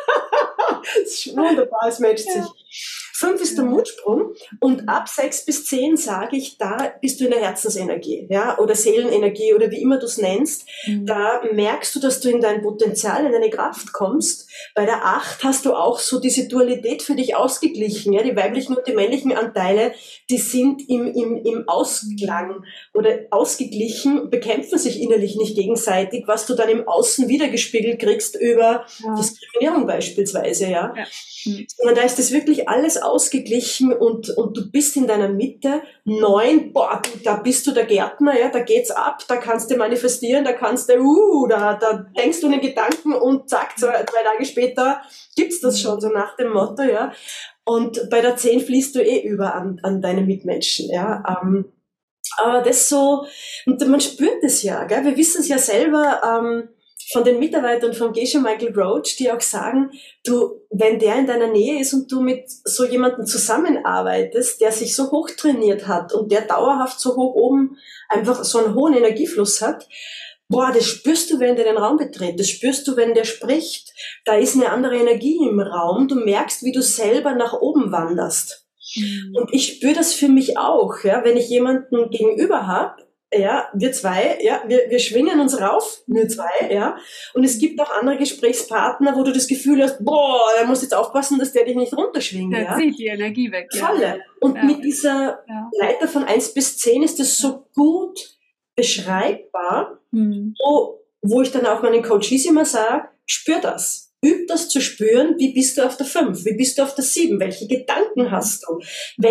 S1: Das ist wunderbar, es matcht sich. 5 ist der Mutsprung und ab 6 bis 10 sage ich, da bist du in der Herzensenergie, ja, oder Seelenenergie oder wie immer du es nennst. Mhm. Da merkst du, dass du in dein Potenzial, in deine Kraft kommst. Bei der 8 hast du auch so diese Dualität für dich ausgeglichen, ja, die weiblichen und die männlichen Anteile, die sind im Ausklang oder ausgeglichen, bekämpfen sich innerlich nicht gegenseitig, was du dann im Außen wiedergespiegelt kriegst über Diskriminierung beispielsweise, ja. Sondern da ist das wirklich alles ausgeglichen und du bist in deiner Mitte. 9, da bist du der Gärtner, ja, da geht's ab, da kannst du manifestieren, da kannst du, da denkst du einen Gedanken und zack, 2 Tage später gibt's das schon, so nach dem Motto, ja. Und bei der 10 fließt du über an deine Mitmenschen, ja. Aber das so, und man spürt das ja, gell? Wir wissen es ja selber, von den Mitarbeitern von Geshe Michael Roach, die auch sagen, du, wenn der in deiner Nähe ist und du mit so jemandem zusammenarbeitest, der sich so hoch trainiert hat und der dauerhaft so hoch oben einfach so einen hohen Energiefluss hat, das spürst du, wenn der den Raum betritt, das spürst du, wenn der spricht, da ist eine andere Energie im Raum, du merkst, wie du selber nach oben wanderst. Mhm. Und ich spüre das für mich auch, ja, wenn ich jemanden gegenüber habe, ja, wir zwei, ja, wir schwingen uns rauf, wir zwei, ja. Und es gibt auch andere Gesprächspartner, wo du das Gefühl hast, der muss jetzt aufpassen, dass der dich nicht runterschwingt,
S2: der zieht die Energie weg.
S1: Volle. Und mit dieser Leiter von 1 bis 10 ist das so gut beschreibbar, wo ich dann auch meinen Coaches immer sage, spür das. Üb das zu spüren, wie bist du auf der 5, wie bist du auf der 7, welche Gedanken hast du,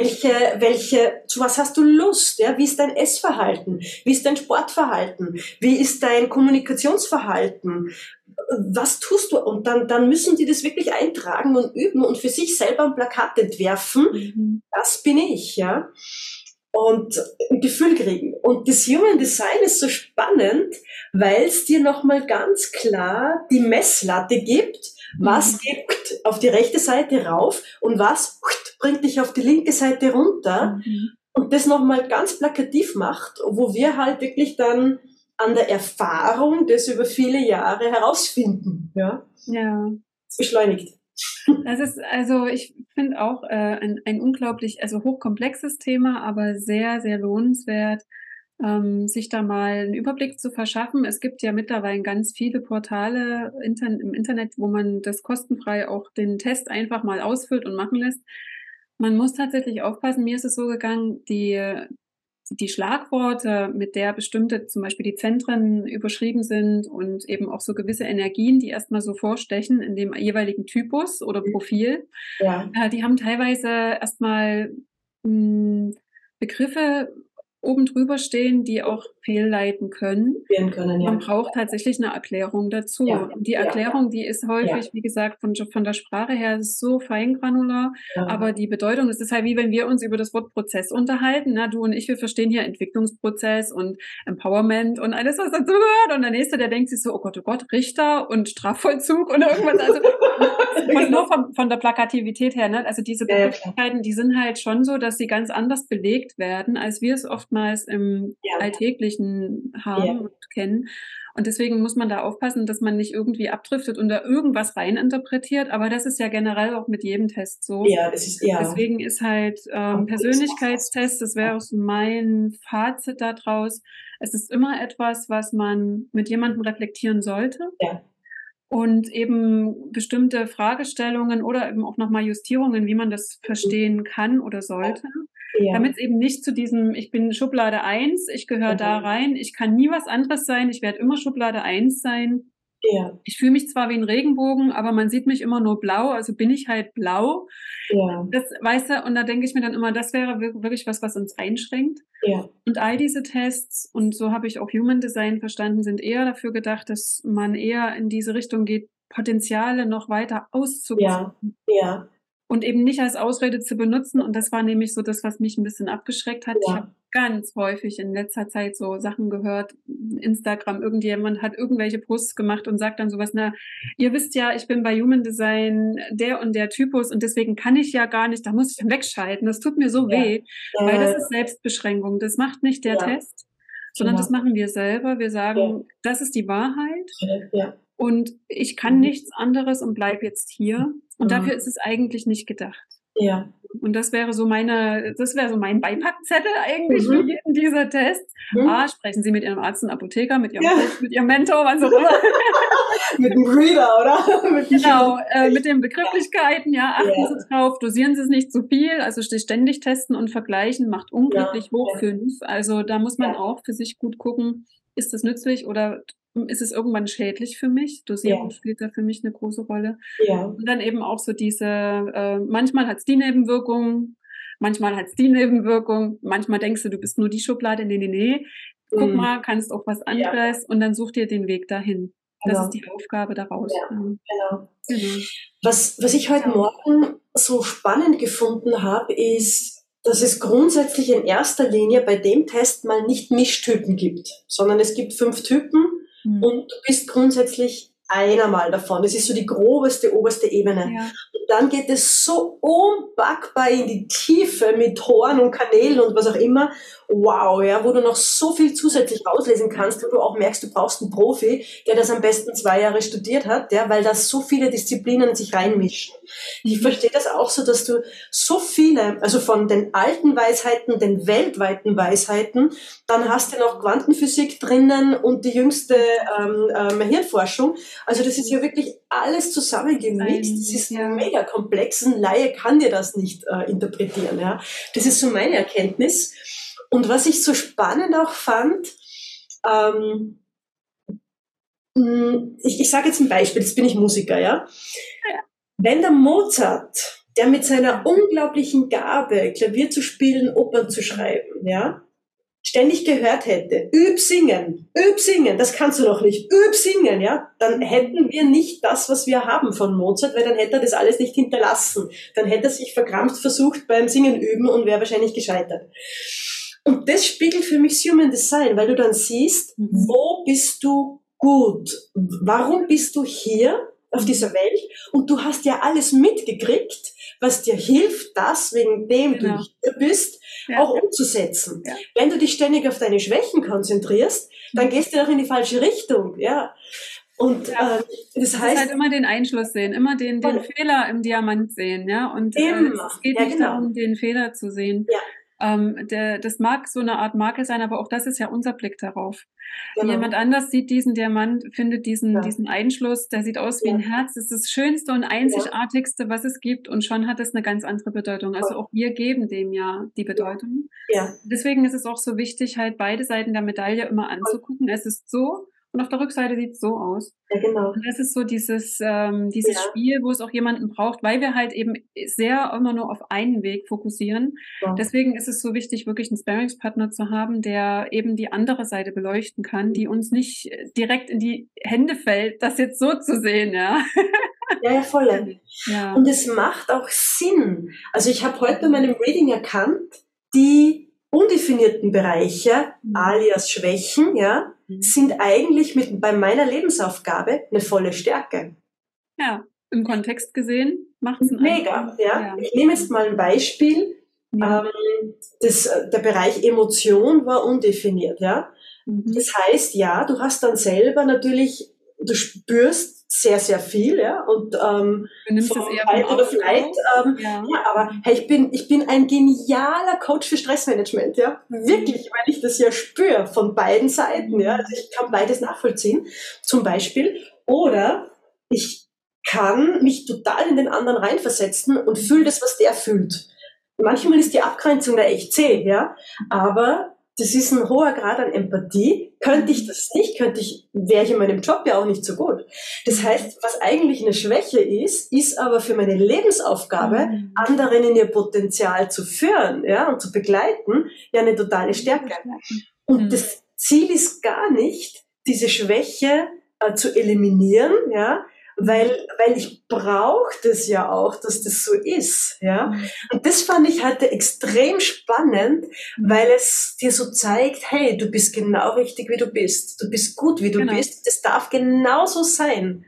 S1: zu was hast du Lust, ja? Wie ist dein Essverhalten, wie ist dein Sportverhalten, wie ist dein Kommunikationsverhalten, was tust du? Und dann müssen die das wirklich eintragen und üben und für sich selber ein Plakat entwerfen, das bin ich, ja. Und ein Gefühl kriegen. Und das Human Design ist so spannend, weil es dir nochmal ganz klar die Messlatte gibt, was gibt auf die rechte Seite rauf und was bringt dich auf die linke Seite runter. Und das nochmal ganz plakativ macht, wo wir halt wirklich dann an der Erfahrung das über viele Jahre herausfinden. Ja. Es beschleunigt.
S2: Das ist, also ich finde auch ein unglaublich, also hochkomplexes Thema, aber sehr, sehr lohnenswert, sich da mal einen Überblick zu verschaffen. Es gibt ja mittlerweile ganz viele Portale im Internet, wo man das kostenfrei auch den Test einfach mal ausfüllt und machen lässt. Man muss tatsächlich aufpassen, mir ist es so gegangen, die Schlagworte, mit der bestimmte, zum Beispiel die Zentren überschrieben sind und eben auch so gewisse Energien, die erstmal so vorstechen in dem jeweiligen Typus oder Profil, die haben teilweise erstmal Begriffe oben drüber stehen, die auch fehlleiten können. Man braucht tatsächlich eine Erklärung dazu. Die Erklärung, die ist häufig, wie gesagt, von der Sprache her ist so feingranular, aber die Bedeutung, das ist halt wie wenn wir uns über das Wort Prozess unterhalten. Na, du und ich, wir verstehen hier Entwicklungsprozess und Empowerment und alles, was dazu gehört. Und der Nächste, der denkt sich so, oh Gott, Richter und Strafvollzug und irgendwas. Also nur von der Plakativität her, ne? Also diese Begrifflichkeiten, die sind halt schon so, dass sie ganz anders belegt werden, als wir es oftmals im Alltäglichen haben und kennen. Und deswegen muss man da aufpassen, dass man nicht irgendwie abdriftet und da irgendwas reininterpretiert. Aber das ist ja generell auch mit jedem Test so. Deswegen ist halt Persönlichkeitstest, das wäre auch so mein Fazit daraus. Es ist immer etwas, was man mit jemandem reflektieren sollte. Und eben bestimmte Fragestellungen oder eben auch nochmal Justierungen, wie man das verstehen kann oder sollte. Damit es eben nicht zu diesem, ich bin Schublade 1, ich gehöre da rein, ich kann nie was anderes sein, ich werde immer Schublade 1 sein. Ich fühle mich zwar wie ein Regenbogen, aber man sieht mich immer nur blau, also bin ich halt blau. Das, weißt du, und da denke ich mir dann immer, das wäre wirklich was uns einschränkt. Und all diese Tests, und so habe ich auch Human Design verstanden, sind eher dafür gedacht, dass man eher in diese Richtung geht, Potenziale noch weiter auszubauen. Und eben nicht als Ausrede zu benutzen. Und das war nämlich so das, was mich ein bisschen abgeschreckt hat. Ich habe ganz häufig in letzter Zeit so Sachen gehört, Instagram, irgendjemand hat irgendwelche Posts gemacht und sagt dann sowas, na, ihr wisst ja, ich bin bei Human Design der und der Typus und deswegen kann ich ja gar nicht, da muss ich dann wegschalten. Das tut mir so weh, weil das ist Selbstbeschränkung. Das macht nicht der Test, sondern das machen wir selber. Wir sagen, das ist die Wahrheit. Und ich kann nichts anderes und bleib jetzt hier. Und dafür ist es eigentlich nicht gedacht. Und das wäre so mein Beipackzettel eigentlich für jeden dieser Tests. Sprechen Sie mit Ihrem Arzt und Apotheker, mit Ihrem Coach, mit Ihrem Mentor, was auch immer.
S1: Mit dem Reader, oder?
S2: Genau, mit den Begrifflichkeiten, achten Sie drauf, dosieren Sie es nicht zu viel, also ständig testen und vergleichen macht unglücklich hoch 5. Also da muss man auch für sich gut gucken, ist das nützlich oder ist es irgendwann schädlich für mich? Dosierung spielt da für mich eine große Rolle. Und dann eben auch so diese, manchmal hat es die Nebenwirkung, manchmal denkst du bist nur die Schublade, nee. Guck mal, kannst auch was anderes und dann such dir den Weg dahin. Das ist die Aufgabe daraus.
S1: Genau. Was ich heute Morgen so spannend gefunden habe, ist, dass es grundsätzlich in erster Linie bei dem Test mal nicht Mischtypen gibt, sondern es gibt 5 Typen und du bist grundsätzlich einer mal davon. Das ist so die oberste Ebene. Und dann geht es so unpackbar in die Tiefe mit Toren und Kanälen und was auch immer. Wow, wo du noch so viel zusätzlich rauslesen kannst, wo du auch merkst, du brauchst einen Profi, der das am besten 2 Jahre studiert hat, weil da so viele Disziplinen sich reinmischen. Ich verstehe das auch so, dass du so viele, also von den alten Weisheiten, den weltweiten Weisheiten, dann hast du noch Quantenphysik drinnen und die jüngste Hirnforschung. Also das ist ja wirklich alles zusammengemixt. Das ist mega komplex. Ein Laie kann dir das nicht interpretieren. Das ist so meine Erkenntnis. Und was ich so spannend auch fand, ich sage jetzt ein Beispiel, jetzt bin ich Musiker, Wenn der Mozart, der mit seiner unglaublichen Gabe, Klavier zu spielen, Opern zu schreiben, ständig gehört hätte, üb singen, das kannst du noch nicht, üb singen, dann hätten wir nicht das, was wir haben von Mozart, weil dann hätte er das alles nicht hinterlassen. Dann hätte er sich verkrampft versucht beim Singen üben und wäre wahrscheinlich gescheitert. Und das spiegelt für mich Human Design, weil du dann siehst, wo bist du gut? Warum bist du hier auf dieser Welt? Und du hast ja alles mitgekriegt, was dir hilft, das, wegen dem du
S2: Genau.
S1: hier bist,
S2: Ja.
S1: auch umzusetzen.
S2: Ja.
S1: Wenn du dich ständig auf deine Schwächen konzentrierst, dann gehst du auch in die falsche Richtung. Ja. Und das
S2: Das
S1: heißt,
S2: ist halt immer den Einschluss sehen, immer den Fehler im Diamant sehen, ja. Und es geht nicht darum, den Fehler zu sehen.
S1: Ja.
S2: Das mag so eine Art Makel sein, aber auch das ist ja unser Blick darauf.
S1: Genau.
S2: Jemand anders sieht diesen Diamant, findet diesen Einschluss, der sieht aus wie ein Herz, das ist das Schönste und Einzigartigste, was es gibt, und schon hat es eine ganz andere Bedeutung. Also auch wir geben dem ja die Bedeutung.
S1: Ja.
S2: Deswegen ist es auch so wichtig, halt beide Seiten der Medaille immer anzugucken. Es ist so, und auf der Rückseite sieht es so aus.
S1: Ja, genau.
S2: Und das ist so dieses Spiel, wo es auch jemanden braucht, weil wir halt eben sehr immer nur auf einen Weg fokussieren.
S1: Ja.
S2: Deswegen ist es so wichtig, wirklich einen Sparringspartner zu haben, der eben die andere Seite beleuchten kann, die uns nicht direkt in die Hände fällt, das jetzt so zu sehen, ja.
S1: Ja, voll.
S2: Ja.
S1: Und es macht auch Sinn. Also ich habe heute bei meinem Reading erkannt, die undefinierten Bereiche, alias Schwächen, ja, sind eigentlich bei meiner Lebensaufgabe eine volle Stärke.
S2: Ja, im Kontext gesehen macht es einen
S1: Mega, ja. Ich nehme jetzt mal ein Beispiel.
S2: Ja.
S1: Der Bereich Emotion war undefiniert, ja. Das heißt, ja, du hast dann selber natürlich, du spürst sehr, sehr viel, ja, und
S2: du nimmst es eher
S1: Fight oder Flight, ja, aber hey, ich bin ein genialer Coach für Stressmanagement, ja, wirklich, weil ich das ja spüre von beiden Seiten, ja, also ich kann beides nachvollziehen, zum Beispiel, oder ich kann mich total in den anderen reinversetzen und fühle das, was der fühlt. Manchmal ist die Abgrenzung da echt zäh, ja, aber das ist ein hoher Grad an Empathie. Könnte ich das nicht, wäre ich in meinem Job ja auch nicht so gut. Das heißt, was eigentlich eine Schwäche ist aber für meine Lebensaufgabe, anderen in ihr Potenzial zu führen, ja, und zu begleiten, ja eine totale Stärke. Und das Ziel ist gar nicht, diese Schwäche zu eliminieren, ja, weil ich brauche das ja auch, dass das so ist, ja. Und das fand ich heute extrem spannend, weil es dir so zeigt, hey, du bist genau richtig, wie du bist. Du bist gut, wie du bist. Das darf genauso sein.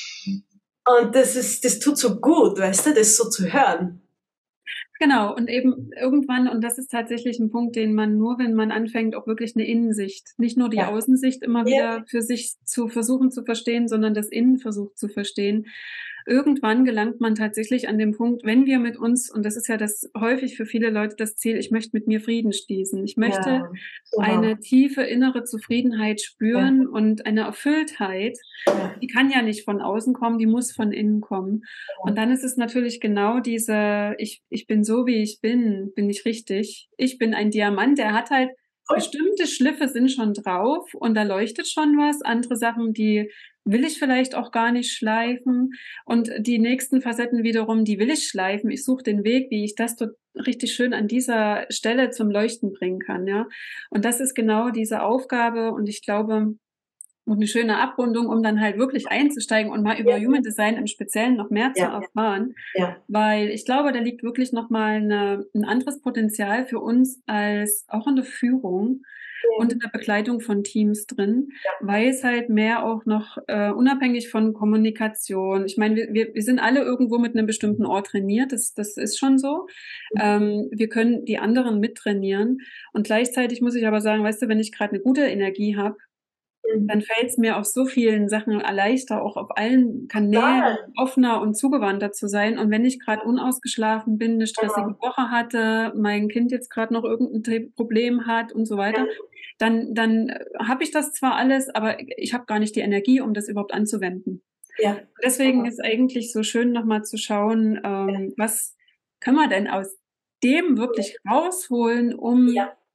S1: Und das tut so gut, weißt du, das so zu hören.
S2: Genau, und eben irgendwann, und das ist tatsächlich ein Punkt, den man nur, wenn man anfängt, auch wirklich eine Innensicht, nicht nur die Außensicht immer wieder für sich zu versuchen zu verstehen, sondern das Innen versucht zu verstehen. Irgendwann gelangt man tatsächlich an den Punkt, wenn wir mit uns, und das ist ja das häufig für viele Leute das Ziel, ich möchte mit mir Frieden schließen. Ich möchte eine tiefe innere Zufriedenheit spüren und eine Erfülltheit. Die kann ja nicht von außen kommen, die muss von innen kommen. Und dann ist es natürlich genau diese, ich bin so, wie ich bin ich richtig. Ich bin ein Diamant, der hat halt bestimmte Schliffe sind schon drauf und da leuchtet schon was. Andere Sachen, die will ich vielleicht auch gar nicht schleifen. Und die nächsten Facetten wiederum, die will ich schleifen. Ich suche den Weg, wie ich das dort richtig schön an dieser Stelle zum Leuchten bringen kann, ja. Und das ist genau diese Aufgabe. Und ich glaube, und eine schöne Abrundung, um dann halt wirklich einzusteigen und mal über Human Design im Speziellen noch mehr zu erfahren. Weil ich glaube, da liegt wirklich nochmal ein anderes Potenzial für uns als auch in der Führung und in der Begleitung von Teams drin, weil es halt mehr auch noch unabhängig von Kommunikation, ich meine, wir sind alle irgendwo mit einem bestimmten Ort trainiert, das ist schon so. Wir können die anderen mittrainieren und gleichzeitig muss ich aber sagen, weißt du, wenn ich gerade eine gute Energie habe, dann fällt es mir auf so vielen Sachen leichter, auch auf allen Kanälen offener und zugewandter zu sein. Und wenn ich gerade unausgeschlafen bin, eine stressige Woche hatte, mein Kind jetzt gerade noch irgendein Problem hat und so weiter, dann habe ich das zwar alles, aber ich habe gar nicht die Energie, um das überhaupt anzuwenden.
S1: Ja.
S2: Deswegen ist eigentlich so schön, nochmal zu schauen, was können wir denn aus dem wirklich rausholen, um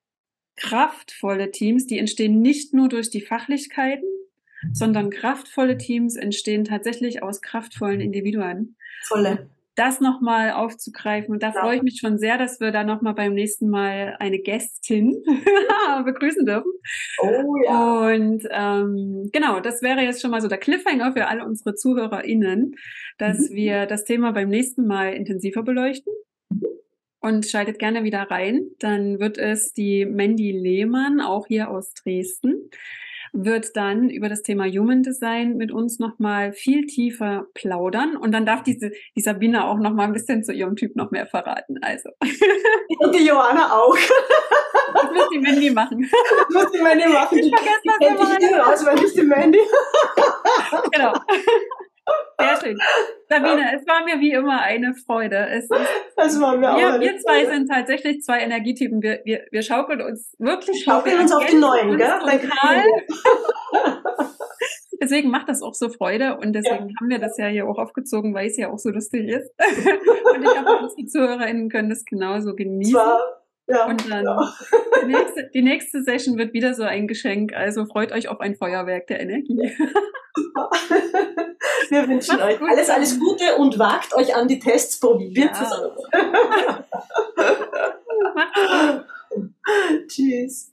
S2: kraftvolle Teams, die entstehen nicht nur durch die Fachlichkeiten, sondern kraftvolle Teams entstehen tatsächlich aus kraftvollen Individuen.
S1: Volle.
S2: Das nochmal aufzugreifen. Und da freue ich mich schon sehr, dass wir da nochmal beim nächsten Mal eine Gästin begrüßen dürfen.
S1: Oh ja.
S2: Und genau, das wäre jetzt schon mal so der Cliffhanger für alle unsere ZuhörerInnen, dass wir das Thema beim nächsten Mal intensiver beleuchten. Und schaltet gerne wieder rein. Dann wird es die Mandy Lehmann, auch hier aus Dresden. wird dann über das Thema Human Design mit uns nochmal viel tiefer plaudern. Und dann darf die Sabine auch nochmal ein bisschen zu ihrem Typ noch mehr verraten. Also.
S1: Und die Johanna auch.
S2: Das muss die Mandy machen.
S1: Das muss die Mandy machen.
S2: Ich vergesse das immer.
S1: Ich auswendig die Mandy.
S2: Genau. Sehr schön. Sabine, es war mir wie immer eine Freude.
S1: Das war mir auch
S2: wir zwei sind tatsächlich zwei Energietypen. Wir schaukeln uns wirklich.
S1: Schaukeln uns auf die neuen, gell?
S2: Total. Deswegen macht das auch so Freude und deswegen haben wir das ja hier auch aufgezogen, weil es ja auch so lustig ist. Und ich hoffe, unsere ZuhörerInnen können das genauso genießen.
S1: Ja,
S2: und dann die nächste Session wird wieder so ein Geschenk. Also freut euch auf ein Feuerwerk der Energie.
S1: Wir wünschen euch alles Gute und wagt euch an die Tests. Probiert es aus.
S2: Macht's gut.
S1: Tschüss.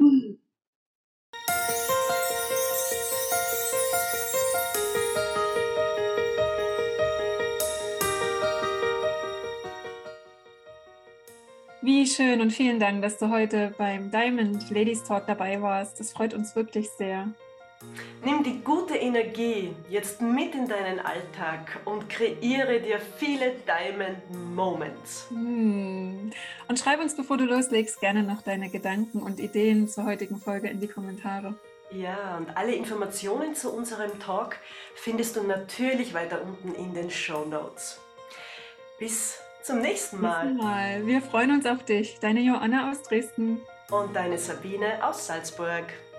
S2: Wie schön und vielen Dank, dass du heute beim Diamond Ladies Talk dabei warst. Das freut uns wirklich sehr.
S1: Nimm die gute Energie jetzt mit in deinen Alltag und kreiere dir viele Diamond Moments.
S2: Und schreib uns, bevor du loslegst, gerne noch deine Gedanken und Ideen zur heutigen Folge in die Kommentare.
S1: Ja, und alle Informationen zu unserem Talk findest du natürlich weiter unten in den Shownotes. Bis zum nächsten Mal.
S2: Wir freuen uns auf dich. Deine Joanna aus Dresden.
S1: Und deine Sabine aus Salzburg.